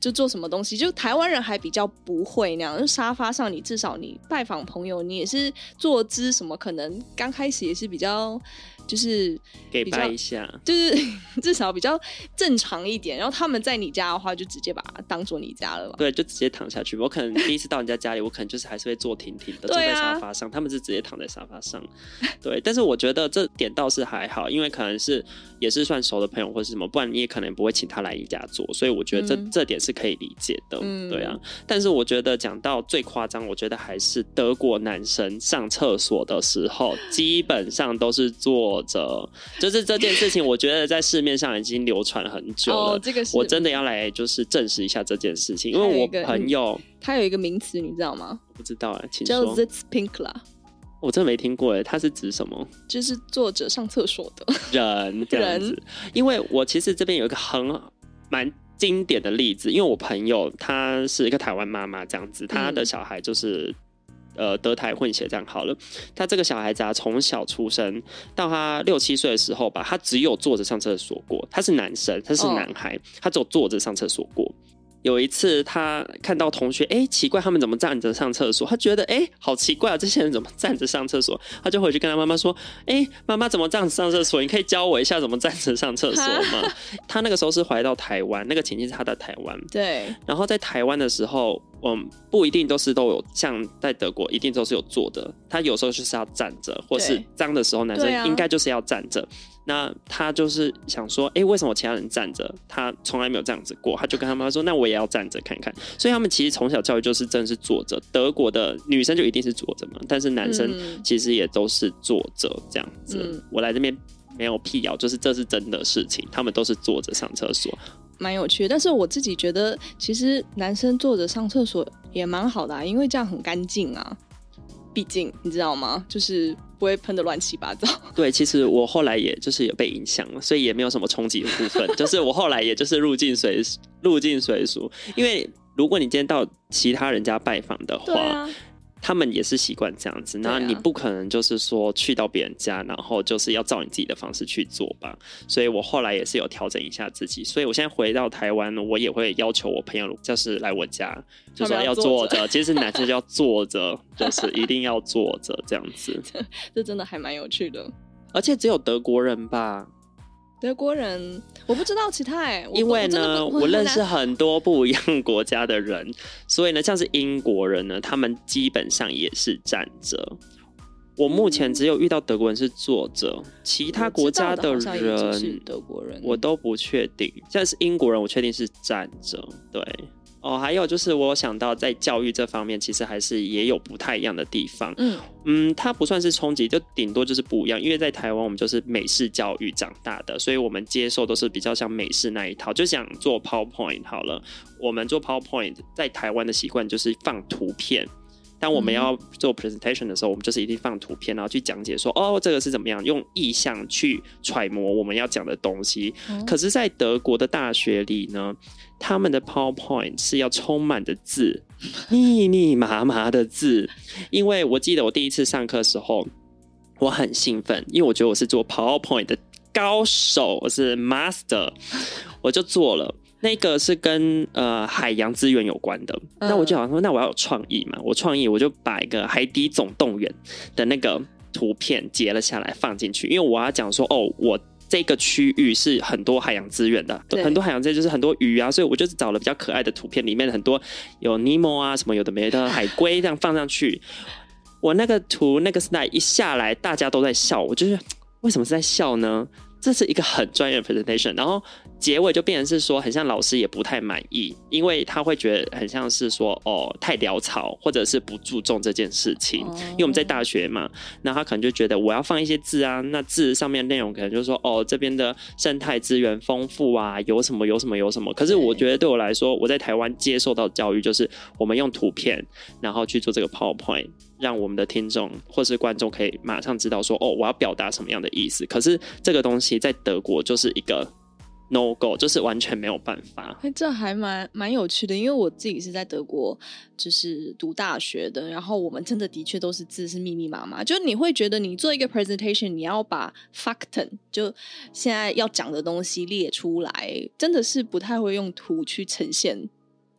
就做什么东西，就台湾人还比较不会那样，就沙发上你至少你拜访朋友，你也是坐姿什么，可能刚开始也是比较就是给拜一下， 就是至少比较正常一点。然后他们在你家的话，就直接把它当做你家了吧？ 对，就直接躺下去。我可能第一次到人家家里，我可能就是还是会坐挺挺的，坐在沙发上，他们是直接躺在沙发上。对，但是我觉得这点倒是还好，因为可能是也是算熟的朋友或是什么，不然你也可能不会请他来你家做，所以我觉得这点是可以理解的。对啊，但是我觉得讲到最夸张，我觉得还是德国男生上厕所的时候，基本上都是坐着，就是这件事情，我觉得在市面上已经流传很久了。 这个是我真的要来就是证实一下这件事情，因为我朋友他有一个名词，你知道吗？ 我不知道请叫说。 Sitzpinkler。 我真的没听过它是指什么？ 就是坐着上厕所的人这样子。因为我其实这边有一个蛮经典的例子，因为我朋友她是一个台湾妈妈这样子，她的小孩就是德台混血这样好了。他这个小孩子从小出生到他6、7岁的时候吧，他只有坐着上厕所过。他是男生，他是男孩，他只有坐着上厕所过。有一次他看到同学奇怪他们怎么站着上厕所，他觉得好奇怪啊，这些人怎么站着上厕所，他就回去跟他妈妈说妈妈怎么这样子上厕所，你可以教我一下怎么站着上厕所吗？他那个时候是回到台湾，那个情境是他在台湾， 对， 然后在台湾的时候不一定都有像在德国一定都是有坐的，他有时候就是要站着，或是脏的时候男生应该就是要站着。那他就是想说为什么其他人站着，他从来没有这样子过，他就跟他妈说那我也要站着看看。所以他们其实从小教育就是真的是坐着，德国的女生就一定是坐着嘛，但是男生其实也都是坐着这样子。我来这边没有辟谣，就是这是真的事情，他们都是坐着上厕所， 蛮有趣的。但是我自己觉得其实男生坐着上厕所也蛮好的因为这样很干净啊，毕竟你知道吗，就是不会喷得乱七八糟。 对，其实我后来也就是有被影响了，所以也没有什么冲击的部分就是我后来也就是入境随俗，因为如果你今天到其他人家拜访的话他们也是习惯这样子，然后你不可能就是说去到别人家然后就是要照你自己的方式去做吧，所以我后来也是有调整一下自己，所以我现在回到台湾我也会要求我朋友就是来我家就说要坐着，其实男生就要坐着就是一定要坐着这样子这真的还蛮有趣的。 而且只有德国人吧， 德国人我不知道其他因为呢我认识很多不一样国家的人，所以呢像是英国人呢他们基本上也是站着，我目前只有遇到德国人是坐着，其他国家的人德国人我都不确定，像是英国人我确定是站着。对还有就是我想到在教育这方面其实还是也有不太一样的地方。它不算是冲击，就顶多就是不一样，因为在台湾我们就是美式教育长大的，所以我们接受都是比较像美式那一套，就想做 PowerPoint 好了，我们做 PowerPoint 在台湾的习惯就是放图片，当我们要做 presentation 的时候我们就是一定放图片然后去讲解说这个是怎么样，用意象去揣摩我们要讲的东西。可是在德国的大学里呢，他们的 PowerPoint 是要充满的字，密密麻麻的字。因为我记得我第一次上课的时候我很兴奋，因为我觉得我是做 PowerPoint 的高手，我是 master， 我就做了那个是跟海洋资源有关的。那我就想说那我要有创意嘛，我就把一个海底总动员的那个图片截了下来放进去，因为我要讲说我这个区域是很多海洋资源的，很多海洋资源就是很多鱼啊，所以我就是找了比较可爱的图片，里面很多有尼莫啊什么有的没的海龟这样放上去。我那个图那个 slide 一下来大家都在笑，我就是为什么是在笑呢？这是一个很专业的 presentation， 然后结尾就变成是说很像老师也不太满意，因为他会觉得很像是说太潦草或者是不注重这件事情。因为我们在大学嘛，那他可能就觉得我要放一些字啊，那字上面内容可能就是说这边的生态资源丰富啊，有什么有什么有什么。可是我觉得对我来说，我在台湾接受到的教育就是我们用图片然后去做这个 PowerPoint，让我们的听众或是观众可以马上知道说我要表达什么样的意思。可是这个东西在德国就是一个 no go， 就是完全没有办法。 这还蛮有趣的，因为我自己是在德国就是读大学的，然后我们真的确都是字是密密麻麻，就你会觉得你做一个 presentation 你要把 facten 就现在要讲的东西列出来，真的是不太会用图去呈现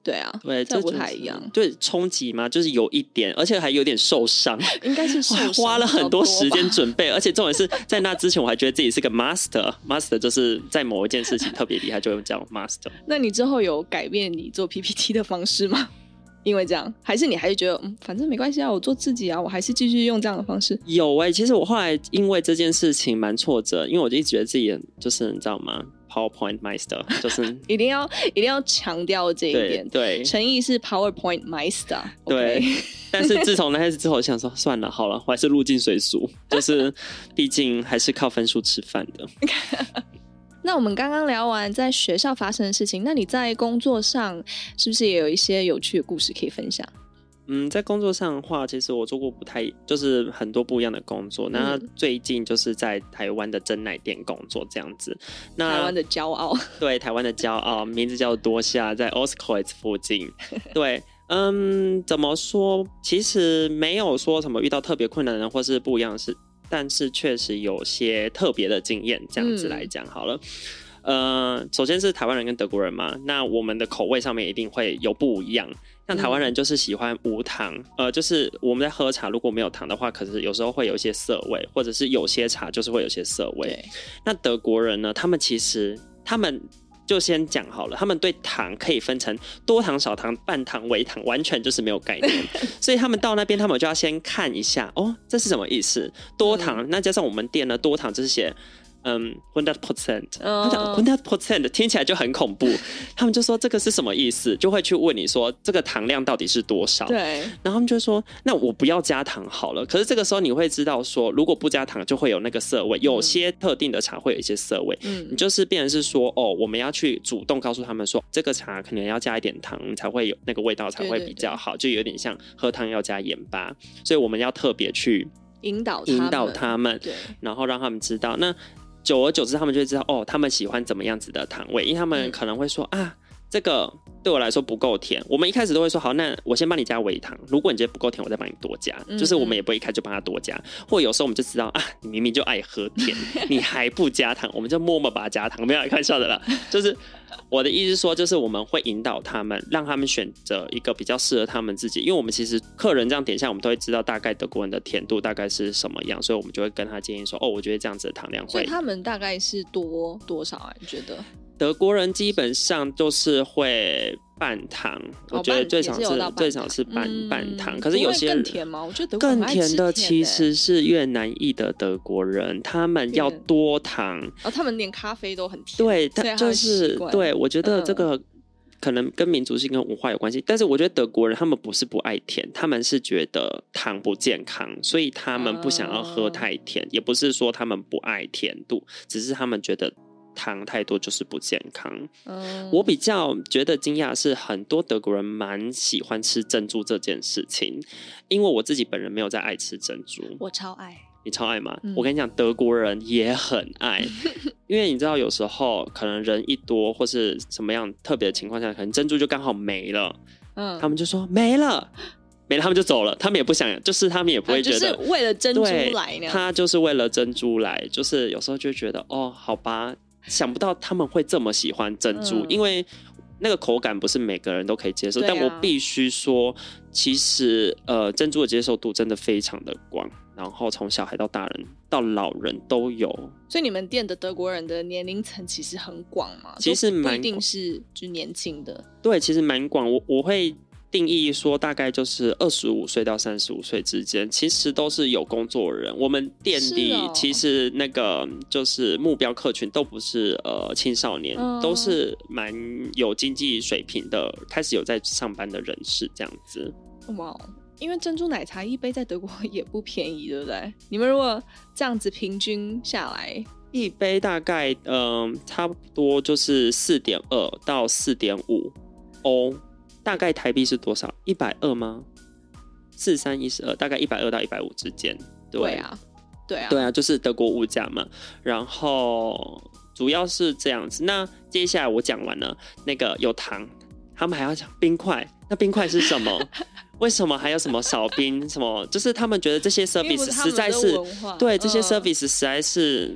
对啊， 对， 这不太一样。 对，冲击嘛，就是有一点，而且还有点受伤， 应该是受伤， 花了很多时间准备，而且重点是在那之前我还觉得自己是个 master 就是在某一件事情特别厉害，就会叫 master。 那你之后有改变你做 PPT 的方式吗？因为这样，还是你还是觉得反正没关系啊，我做自己啊，我还是继续用这样的方式？ 有其实我后来因为这件事情蛮挫折，因为我就一直觉得自己就是你知道吗？PowerPoint Master 就是一定要强调这一点， 对， 陈毅是 PowerPoint Master， 对。 okay 但是自从那件事之后，我想说算了，好了，我还是入境随俗，就是毕竟还是靠分数吃饭的。 那我们刚刚聊完在学校发生的事情，那你在工作上是不是也有一些有趣的故事可以分享？ 在工作上的话，其实我做过就是很多不一样的工作。那最近就是在台湾的珍奶店工作这样子。那台湾的骄傲， 对，台湾的骄傲，名字叫多夏，在 Ostkreuz 附近。对，怎么说？其实没有说什么遇到特别困难的人或是不一样的事，但是确实有些特别的经验，这样子来讲好了。首先是台湾人跟德国人嘛，那我们的口味上面一定会有不一样。像台湾人就是喜欢无糖，就是我们在喝茶如果没有糖的话，可是有时候会有一些涩味，或者是有些茶就是会有些涩味。那德国人呢，他们就先讲好了，他们对糖可以分成多糖、少糖、半糖、微糖，完全就是没有概念。所以他们到那边，他们就要先看一下，这是什么意思？多糖，那加上我们店呢，多糖就是写100%，他讲100%听起来就很恐怖，他们就说这个是什么意思，就会去问你说这个糖量到底是多少。 对， 然后他们就说那我不要加糖好了。可是这个时候你会知道说，如果不加糖就会有那个涩味，有些特定的茶会有一些涩味。你就是变成是说我们要去主动告诉他们说，这个茶可能要加一点糖才会有那个味道才会比较好，就有点像喝汤要加盐巴，所以我们要特别去引导他们，然后让他们知道。那久而久之他们就会知道他们喜欢怎么样子的糖味，因为他们可能会说这个对我来说不够甜，我们一开始都会说好，那我先帮你加微糖，如果你觉得不够甜我再帮你多加，就是我们也不会一开始就帮他多加，或有时候我们就知道你明明就爱喝甜你还不加糖，我们就默默把它加糖，没有来开玩笑的啦。就是我的意思是说，就是我们会引导他们，让他们选择一个比较适合他们自己，因为我们其实客人这样点下，我们都会知道大概德国人的甜度大概是什么样，所以我们就会跟他建议说我觉得这样子的糖量会。 所以他们大概是多少啊？你觉得？ 德国人基本上就是会半糖，我觉得最少是半糖，可是有些更甜吗？我觉得德国人更甜的其实是越南裔的德国人，他们要多糖， 他们连咖啡都很甜。 对，就是对，我觉得这个可能跟民族性跟文化有关系，但是我觉得德国人他们不是不爱甜，他们是觉得糖不健康，所以他们不想要喝太甜，也不是说他们不爱甜度，只是他们觉得糖太多就是不健康。我比较觉得惊讶是很多德国人蛮喜欢吃珍珠这件事情，因为我自己本人没有在爱吃珍珠。 我超爱。 你超爱吗？我跟你讲，德国人也很爱因为你知道有时候可能人一多或是什么样特别的情况下，可能珍珠就刚好没了，他们就说没了他们就走了，他们也不想，就是他们也不会觉得、 就是为了珍珠来呢， 他就是为了珍珠来，就是有时候就觉得好吧，想不到他们会这么喜欢珍珠，因为那个口感不是每个人都可以接受，但我必须说其实珍珠的接受度真的非常的广，然后从小孩到大人到老人都有。 所以你们店的德国人的年龄层其实很广嘛？ 其实不一定是就年轻的。 对，其实蛮广。我会定义说大概就是25岁到35岁之间，其实都是有工作人。我们店里其实那个就是目标客群都不是青少年，都是蛮有经济水平的，开始有在上班的人士这样子。 哇，因为珍珠奶茶一杯在德国也不便宜，对不对？你们如果这样子平均下来， 一杯大概差不多就是4.2到4.5欧。大概台币是多少？120吗？4312，大概120到150之间。 对啊， 就是德国物价嘛。然后主要是这样子。那接下来我讲完了，那个有糖，他们还要讲冰块。那冰块是什么？为什么还有什么少冰？什么？就是他们觉得这些 service 实在是对这些 service 实在是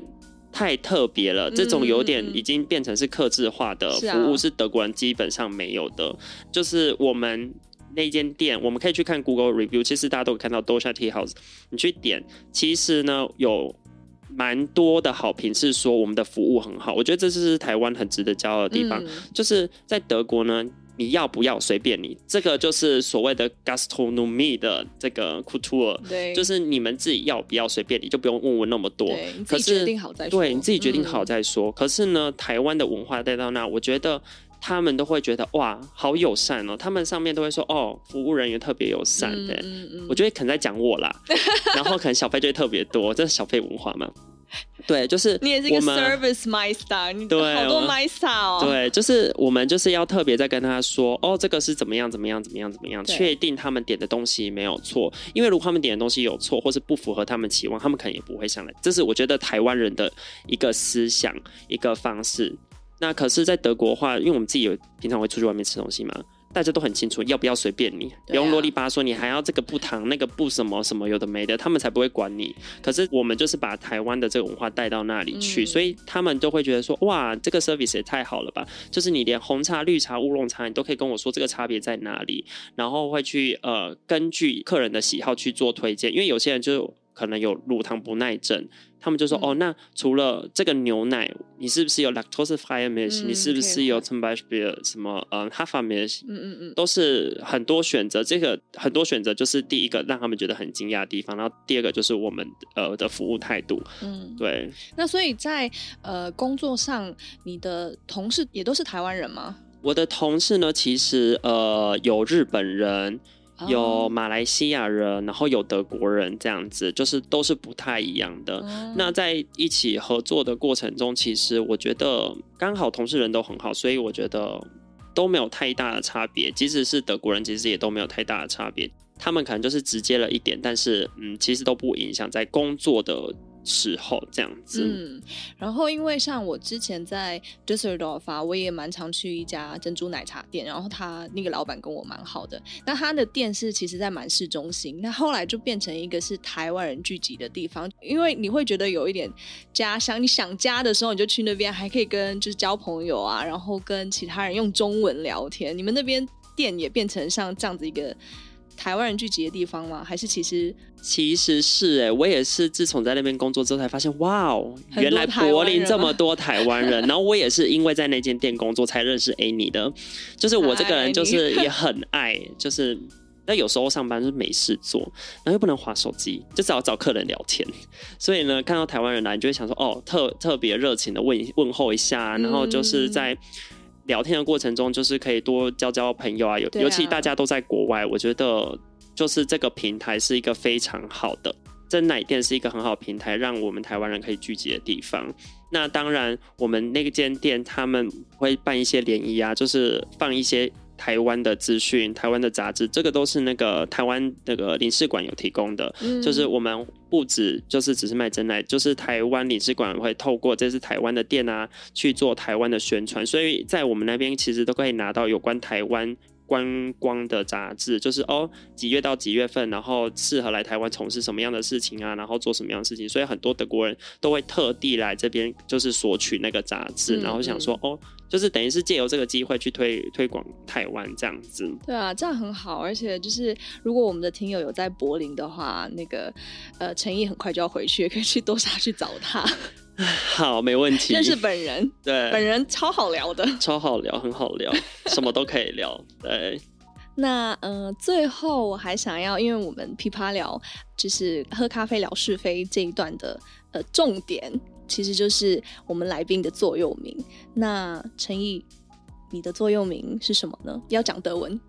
太特别了，这种有点已经变成是客制化的服务，是德国人基本上没有的。就是我们那间店，我们可以去看 Google Review， 其实大家都有看到 Deutsche Tea House， 你去点，其实呢有蛮多的好评是说我们的服务很好，我觉得这是台湾很值得骄傲的地方。就是在德国呢，你要不要随便你，这个就是所谓的 gastronomy 的这个 culture， 就是你们自己要不要随便你，就不用问我那么多， 对，你自己决定好再说。 对，你自己决定好再说。可是呢，台湾的文化带到那，我觉得他们都会觉得哇，好友善哦。他们上面都会说哦，服务人员特别友善的。我觉得可能在讲我啦，然后可能小费就会特别多，这是小费文化嘛。对，就是你也是一个 service master， 你好多 master 哦。 对，就是我们就是要特别再跟他说，哦，这个是怎么样怎么样怎么样怎么样，确定他们点的东西没有错。因为如果他们点的东西有错，或是不符合他们期望，他们可能也不会上来。这是我觉得台湾人的一个思想，一个方式。那可是，在德国的话，因为我们自己平常会出去外面吃东西嘛，大家都很清楚要不要随便你，不用啰里吧嗦，你还要这个不糖那个不什么什么有的没的，他们才不会管你。可是我们就是把台湾的这个文化带到那里去，所以他们都会觉得说，哇，这个 service 也太好了吧！就是你连红茶、绿茶、乌龙茶，你都可以跟我说这个差别在哪里，然后会去根据客人的喜好去做推荐，因为有些人就可能有乳糖不耐症。他们就说，哦，那除了这个牛奶，你是不是有 lactose-freie Milch？你是不是有 zum Beispiel 什么Hafermilch？都是很多选择。这个很多选择就是第一个让他们觉得很惊讶的地方，然后第二个就是我们的服务态度。对。那所以在工作上，你的同事也都是台湾人吗？ 我的同事呢，其实有日本人。有马来西亚人，然后有德国人，这样子就是都是不太一样的。那在一起合作的过程中，其实我觉得刚好同事人都很好，所以我觉得都没有太大的差别。即使是德国人，其实也都没有太大的差别。他们可能就是直接了一点，但是其实都不影响在工作的时候这样子。 然后因为像我之前在 Düsseldorf 我也蛮常去一家珍珠奶茶店，然后他那个老板跟我蛮好的，那他的店是其实在蛮市中心，那后来就变成一个是台湾人聚集的地方，因为你会觉得有一点家乡，你想家的时候你就去那边，还可以跟就是交朋友啊，然后跟其他人用中文聊天。你们那边店也变成像这样子一个台湾人聚集的地方吗？还是其实是我也是自从在那边工作之后才发现，哇哦，原来柏林这么多台湾人。然后我也是因为在那间店工作才认识 Annie 的，就是我这个人就是也很爱，就是那有时候上班就是没事做，然后又不能滑手机，就只好找客人聊天。所以呢，看到台湾人来，你就会想说，哦，特别热情的问候一下，然后就是在聊天的过程中，就是可以多交朋友啊。尤其大家都在国外，我觉得就是这个平台是一个非常好的，珍奶店是一个很好的平台，让我们台湾人可以聚集的地方。那当然，我们那间店他们会办一些联谊啊，就是放一些台湾的资讯、台湾的杂志，这个都是那个台湾那个领事馆有提供的。就是我们不只是卖珍奶，就是台湾领事馆会透过这是台湾的店啊去做台湾的宣传，所以在我们那边其实都可以拿到有关台湾观光的杂志，就是几月到几月份，然后适合来台湾从事什么样的事情啊，然后做什么样的事情，所以很多德国人都会特地来这边，就是索取那个杂志，然后想说就是等于是借由这个机会去推广台湾这样子。 对啊，这样很好，而且就是如果我们的听友有在柏林的话，那个陈毅很快就要回去，可以去多沙去找他。 好，没问题。 认识本人， 对， 本人超好聊的， 超好聊，很好聊，什么都可以聊。对。 那最后我还想要，因为我们噼啪聊就是喝咖啡聊是非这一段的重点，其实就是我们来宾的座右铭。那陈毅，你的座右铭是什么呢？要讲德文。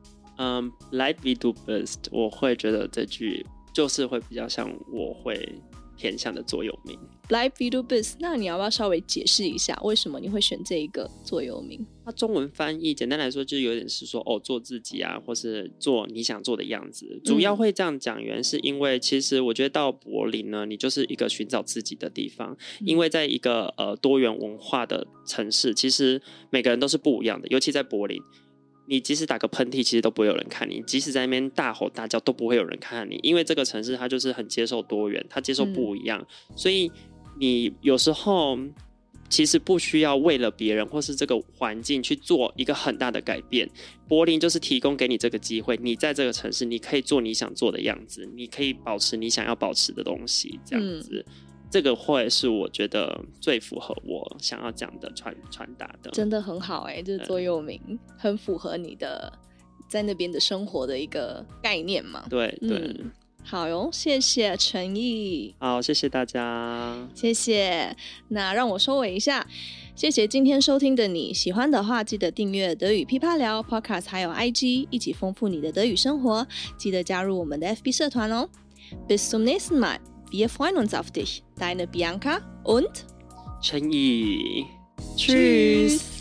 Life we do best， 我会觉得这句就是会比较像我会偏向的座右铭。 Life we do best， 那你要不要稍微解释一下为什么你会选这一个座右铭？ 它中文翻译简单来说就有点是说做自己啊，或是做你想做的样子。主要会这样讲原因是因为其实我觉得到柏林呢，你就是一个寻找自己的地方。因为在一个多元文化的城市，其实每个人都是不一样的，尤其在柏林，你即使打个喷嚏其实都不会有人看你，即使在那边大吼大叫都不会有人看你，因为这个城市它就是很接受多元，它接受不一样。所以你有时候其实不需要为了别人或是这个环境去做一个很大的改变，柏林就是提供给你这个机会，你在这个城市你可以做你想做的样子，你可以保持你想要保持的东西，这样子。这个会是我觉得最符合我想要讲的传达的。 真的很好就是座右铭很符合你的在那边的生活的一个概念嘛。 对对。 好哟，谢谢陈毅。 好，谢谢大家。 谢谢。那让我收尾一下，谢谢今天收听的你，喜欢的话记得订阅德语噼啪聊 Podcast 还有 IG， 一起丰富你的德语生活。记得加入我们的 FB 社团哦。Bis zum nächsten Mal. Wir freuen uns auf dich. Deine Bianca und 陈毅。 Tschüss.